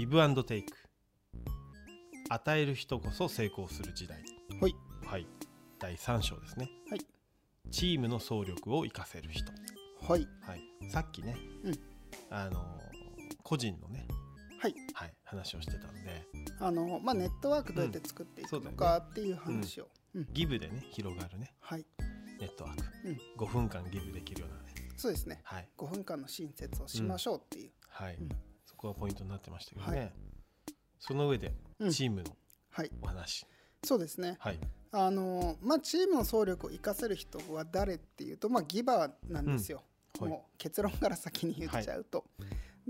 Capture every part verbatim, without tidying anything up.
ギブアンドテイク、与える人こそ成功する時代。 はい、 はい、だいさん章ですね。 はい、 チームの総力を生かせる人。 はい、 はい、さっきね、 うん、 あの個人のね、 はい、 はい、話をしてたので、 あのまあ、ネットワークどうやって作っていくのかっていう話を、 うんうん、ギブでね広がるね、はい、ネットワーク、うん、ごふんかんギブできるようなね。 そうですね、 はい、 ごふんかんの親切をしましょうっていう、うん、 はい、 うん、 そこがポイントになってましたけどね、 はい、 その上でチームのお話、うん、はい、 そうですね、はい、あのまあ、チームの総力を生かせる人は誰っていうと、まあ、ギバーなんですよ、うん、もう結論から先に言っちゃうと、はい、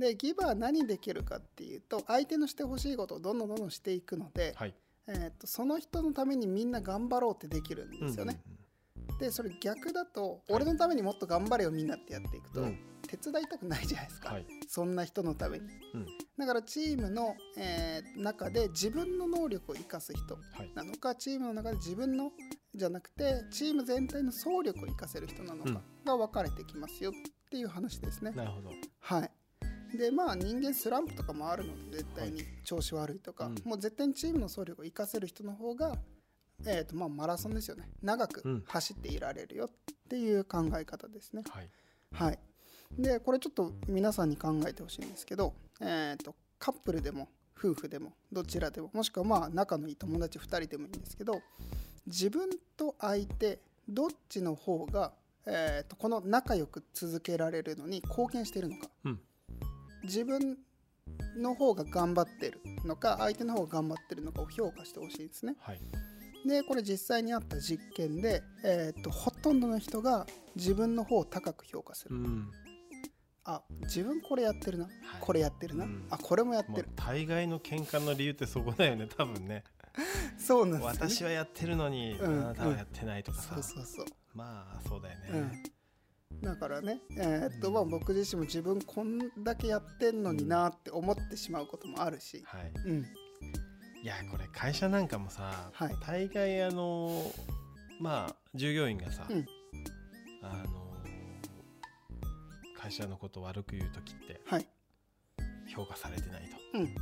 でギバーは何できるかっていうと、相手のしてほしいことをどんどんどんどんしていくので、はい、えー、とその人のためにみんな頑張ろうってできるんですよね、うんうんうん、でそれ逆だと、俺のためにもっと頑張れよみんなってやっていくと、はい、手伝いたくないじゃないですか、はい、そんな人のために、うん、だからチームの、えー、中で自分の能力を生かす人なのか、はい、チームの中で自分のじゃなくてチーム全体の総力を生かせる人なのかが分かれてきますよっていう話ですね、 うん、なるほど、 はい。でまあ人間スランプとかもあるので、絶対に調子悪いとか、はい、もう絶対にチームの総力を生かせる人の方が、えーとまあ、マラソンですよね、長く走っていられるよっていう考え方ですね、はい、はい、でこれちょっと皆さんに考えてほしいんですけど、えーとカップルでも夫婦でもどちらでも、もしくはまあ仲のいい友達ふたりでもいいんですけど、自分と相手どっちの方が、えーとこの仲良く続けられるのに貢献しているのか、うん、自分の方が頑張ってるのか相手の方が頑張ってるのかを評価してほしいんですね、はい、でこれ実際にあった実験で、えー、とほとんどの人が自分の方を高く評価する、うん、あ自分これやってるな、はい、これやってるな、うん、あこれもやってる。 大概の喧嘩の理由ってそこだよね多分ねそうなんですよね、 私はやってるのに、うん、あなたはやってないとかさ、 うん、そうそうそう、 まあそうだよね、 うん、だからね、えーっとまあ、僕自身も自分こんだけやってんのになって思ってしまうこともあるし、はい、うん、 いやこれ会社なんかもさ、はい、大概あのまあ従業員がさ、うん、あの会社のことを悪く言うときって、はい、評価されてないと、うんうんうん、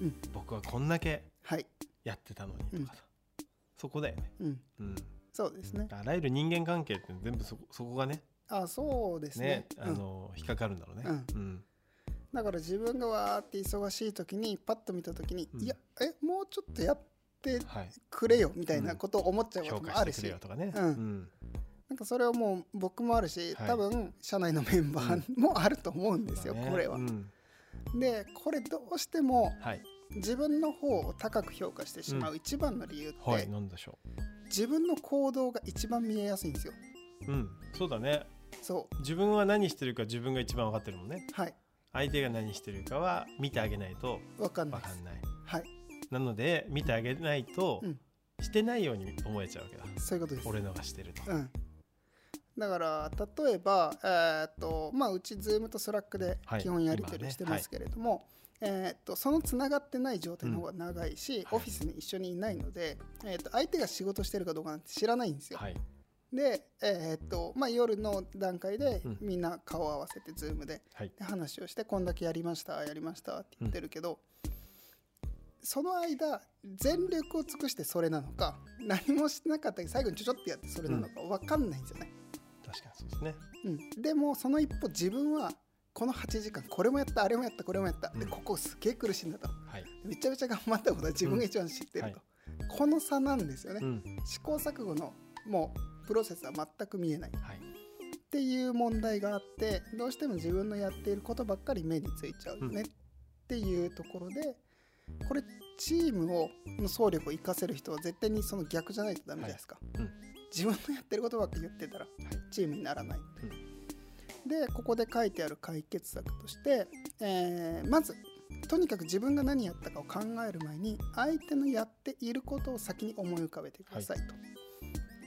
僕はこんだけやってたのにとかさ、うん、そこだよね、うんうん、 そうですね、 あらゆる人間関係って全部 そ, そこがね、 あそうです ね, ね、あの、うん、引っかかるんだろうね、うんうん、 だから自分がわーって忙しい時にパッと見た時に、うん、いやえもうちょっとやってくれよみたいなことを思っちゃうこともあるし、 評価してくれよとかね、 うんうん、なんかそれはもう僕もあるし、はい、多分社内のメンバーもあると思うんですよ、うん、これは、うん、でこれどうしても、はい、自分の方を高く評価してしまう一番の理由って、うんはい、何でしょう、自分の行動が一番見えやすいんですよ。 うん、そうだね。そう自分は何してるか自分が一番分かってるもんね、はい、相手が何してるかは見てあげないと分かんない、分かんない、はい、なので見てあげないと、うん、してないように思えちゃうわけだ。 そういうことです。 俺のがしてると、うん、 だから例えば、えーっとまあ、うち Zoom と Slack で基本やり取りしてますけれども、はいねはい、えーっとそのつながってない状態の方が長いし、うん、オフィスに一緒にいないので、はい、えーっと相手が仕事してるかどうかなんて知らないんですよ、はい、で、えーっとまあ、夜の段階でみんな顔を合わせて Zoom で、はい、で話をしてこんだけやりましたやりましたって言ってるけど、うん、その間全力を尽くしてそれなのか何もしてなかったけど最後にちょちょってやってそれなのか分かんないんですよね、 うん、確かにそうですね、 うん、でもその一歩自分はこのはちじかんこれもやったあれもやったこれもやった、うん、でここすげえ苦しんだと、はい、めちゃめちゃ頑張ったことは自分が一番知ってると、うんはい、この差なんですよね、うん、試行錯誤のもうプロセスは全く見えない、はい、っていう問題があってどうしても自分のやっていることばっかり目についちゃうねっていうところで、これチームをの総力を生かせる人は絶対にその逆じゃないとダメじゃないですか、はいうん、自分のやってることばっかり言ってたらチームにならない、うんでここで書いてある解決策として、えー、まずとにかく自分が何やったかを考える前に相手のやっていることを先に思い浮かべてくださいと、はい、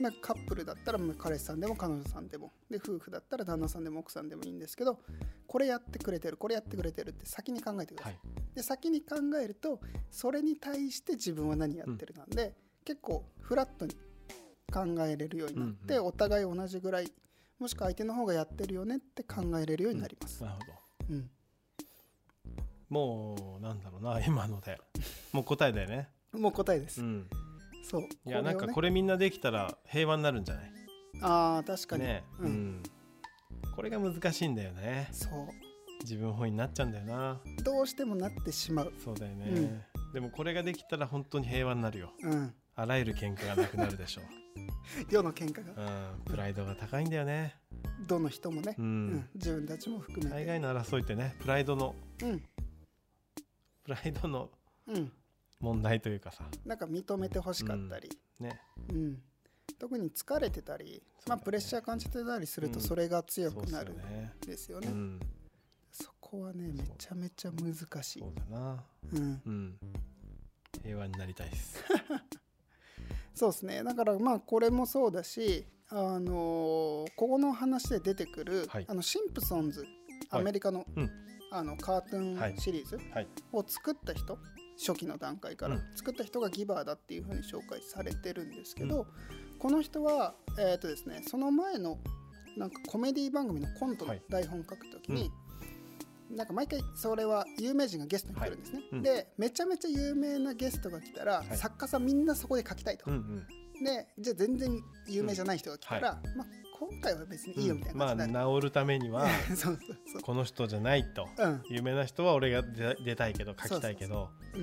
なんかカップルだったら彼氏さんでも彼女さんでもで夫婦だったら旦那さんでも奥さんでもいいんですけど、これやってくれてるこれやってくれてるって先に考えてください、はい、で先に考えるとそれに対して自分は何やってるなんで、うん、結構フラットに考えれるようになって、うんうん、お互い同じぐらいもしくは相手の方がやってるよねって考えれるようになります、 うん、なるほど、うん、 もうなんだろうな今のでもう答えだよね。 もう答えです、うん、そういや、ね、なんかこれみんなできたら平和になるんじゃない。 あー確かにね、うんうん、これが難しいんだよね。 そう自分本位になっちゃうんだよな。 どうしてもなってしまう。 そうだよね、うん、でもこれができたら本当に平和になるよ、うん、あらゆる喧嘩がなくなるでしょう世の喧嘩が、 うん、プライドが高いんだよね。 どの人もね、うんうん、自分たちも含めて大概の争いってねプライドの、うん、プライドの問題というかさ、 なんか認めてほしかったり、 うん、ね、 うん、特に疲れてたり、ね、まあ、プレッシャー感じてたりするとそれが強くなるんですよね、うん、そこはねめちゃめちゃ難しい。 そうだな、うんうん、平和になりたいですそうですね。だからまあこれもそうだし、あのー、ここの話で出てくる、はい、あのシンプソンズ、アメリカの、はい、うん、あのカートゥーンシリーズを作った人、初期の段階から作った人がギバーだっていう風に紹介されてるんですけど、うん、この人は、えーとですね、その前のなんかコメディ番組のコントの台本書くときに、はい、うん、なんか毎回それは有名人がゲストに来るんですね、はい、うん、でめちゃめちゃ有名なゲストが来たら、はい、作家さんみんなそこで書きたいと、うんうん、でじゃあ全然有名じゃない人が来たら、うん、はい、まあ、今回は別にいいよみたいな感じになる、 うん、まあ治るためにはそうそうそう、この人じゃないと、うん、有名な人は俺が出たいけど書きたいけど、うんうん、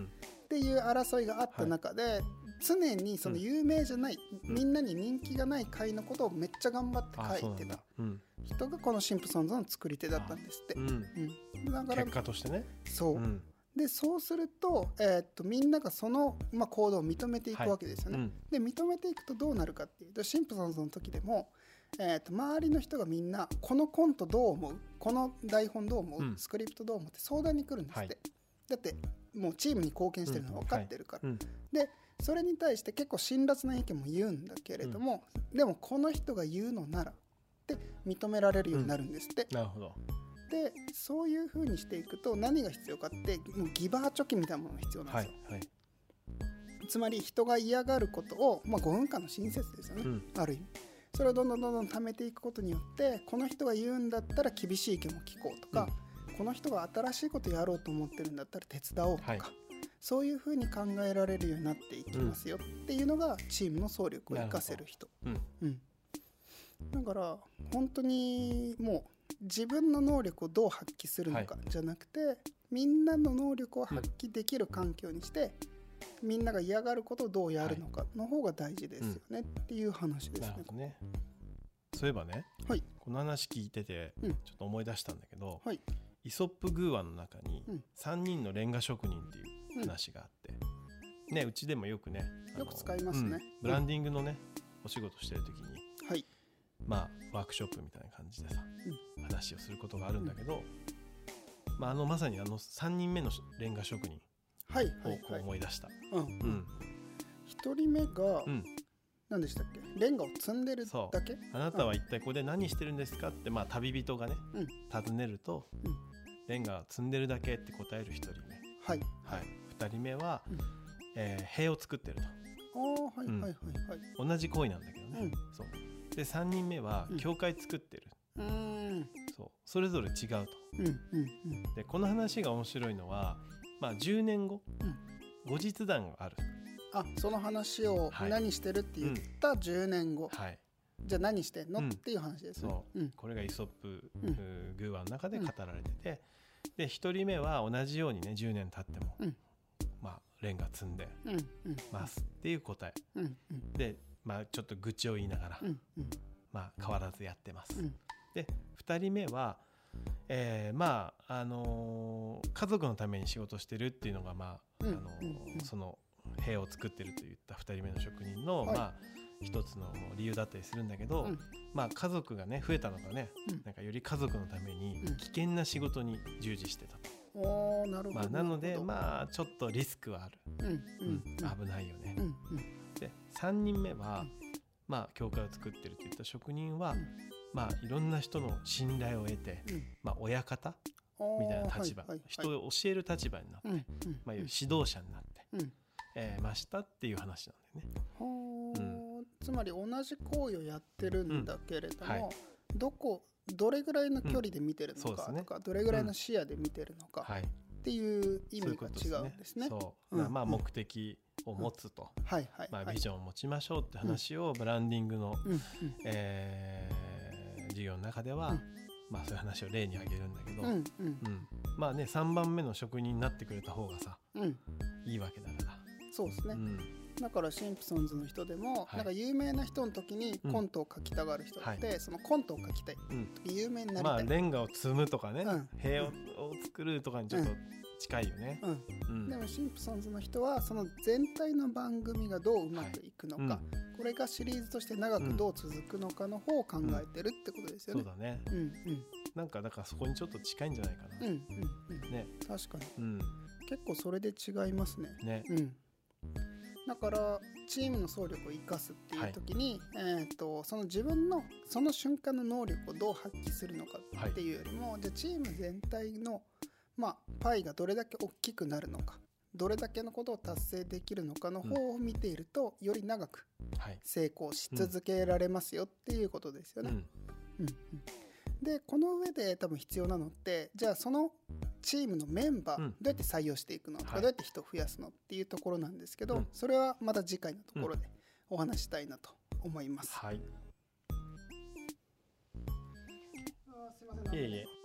っていう争いがあった中で、はい、常にその有名じゃない、うん、みんなに人気がない回のことをめっちゃ頑張って書いてた人がこのシンプソンズの作り手だったんですって、うんうん、だから結果としてね、 そう、うん、でそうすると、えー、っとみんながその、まあ、行動を認めていくわけですよね、はい、うん、で認めていくとどうなるかっていうと、シンプソンズの時でも、えー、っと周りの人がみんなこのコントどう思う、この台本どう思う、うん、スクリプトどう思うって相談に来るんですって、はい、だってもうチームに貢献してるのは分かってるから、うん、はい、うん、でそれに対して結構辛辣な意見も言うんだけれども、うん、でもこの人が言うのならって認められるようになるんですって、 うん、なるほど。 でそういう風にしていくと何が必要かってもうギバー貯金みたいなものが必要なんですよ、はいはい、つまり人が嫌がることを、まあ、ごふんかんの親切ですよね、うん、ある意味それをどんどんどんどん貯めていくことによってこの人が言うんだったら厳しい意見も聞こうとか、うん、この人が新しいことやろうと思ってるんだったら手伝おうとか、はい、そういう風に考えられるようになっていきますよっていうのがチームの総力を生かせる人、うんうん、だから本当にもう自分の能力をどう発揮するのかじゃなくて、はい、みんなの能力を発揮できる環境にして、うん、みんなが嫌がることをどうやるのかの方が大事ですよね、はい、っていう話です ね,、うん、ね。 そういえばね、はい、この話聞いててちょっと思い出したんだけど、うん、はい、イソップ寓話の中にさんにんのレンガ職人っていう話があって、うん、ね、うちでもよくねよく使いますね、うん、 ブランディングのねお仕事してる時に、はい、まあワークショップみたいな感じでさ、うん、話をすることがあるんだけど、うん、まあ、あのまさにあのさんにんめのレンガ職人をこう思い出した、はいはいはい、うんうん、 ひとりめが、うん、何でしたっけ、レンガを積んでるだけ。 あなたは一体ここで何してるんですかって、まあ、旅人がね、うん、尋ねると、うん、レンガを積んでるだけって答えるひとりめ、はいはい、ふたりめは、うん、えー、塀を作ってると。 あ、はいはいはいはい、 うん、同じ行為なんだけどね、うん、そうでさんにんめは教会作ってる、うん、そうそれぞれ違うと、うんうんうん、でこの話が面白いのは、まあ、じゅうねんご、うん、後日談がある。 あ、その話を何してるって言ったじゅうねんご、はい、じゃあ何してんの、うん、っていう話ですね。そう、うん、 これがイソップ、うん、寓話の中で語られてて、でひとりめは同じようにねじゅうねん経っても、うん、まあ、レンガ積んでますっていう答え、うんうん、で、まあ、ちょっと愚痴を言いながら、うんうん、まあ、変わらずやってます、うん、でふたりめは、えー、まああのー、家族のために仕事してるっていうのが、まあ、うん、あのーうん、その塀を作ってるといったふたりめの職人の、はい、まあ、一つの理由だったりするんだけど、うん、まあ、家族がね増えたのがね、うん、なんかより家族のために危険な仕事に従事してたと、 うん、なるほど、 まあ、なのでまあちょっとリスクはある、うんうんうん、危ないよね、うんうん、でさんにんめは、うん、まあ、教会を作ってるといった職人は、うん、まあ、いろんな人の信頼を得て、うん、まあ、親方みたいな立場、はいはいはい、人を教える立場になって、うんうん、まあ、いう指導者になって、うん、えー、ましたっていう話なんだよね。 は、うん、つまり同じ行為をやってるんだけれども、うん、はい、どこどれぐらいの距離で見てるのかとか、うん、ね、どれぐらいの視野で見てるのか、うん、はい、っっていう意味が違うんですね。 そう、まあ目的を持つと、まあビジョンを持ちましょうって話をブランディングの、えー、授業の中では、まあそういう話を例に挙げるんだけど、うんうんまあねさんばんめの職人になってくれた方がさ、うん、いいわけだから。 そうですね、うん、だからシンプソンズの人でも、はい、なんか有名な人の時にコントを書きたがる人って、うん、そのコントを書きたい、うん、有名になりたい、まあレンガを積むとかね、うん、塀を作るとかにちょっと近いよね、 うんうん、でもシンプソンズの人はその全体の番組がどううまくいくのか、はいうん、これがシリーズとして長くどう続くのかの方を考えてるってことですよね、 うん、そうだね、うんうん、なんかだからそこにちょっと近いんじゃないかな、うんうんうんね、 確かに、うん、結構それで違いますね、ね、うんだからチームの総力を生かすっていう時に、はいえー、とその自分のその瞬間の能力をどう発揮するのかっていうよりも、はい、じゃあチーム全体の、まあ、パイがどれだけ大きくなるのかどれだけのことを達成できるのかの方を見ていると、うん、より長く成功し続けられますよっていうことですよね、うんうんうんでこの上で多分必要なのってじゃあそのチームのメンバー、うん、どうやって採用していくのとか、はい、どうやって人を増やすのっていうところなんですけど、うん、それはまた次回のところでお話したいなと思います、うん、はいあすいませんいえいえ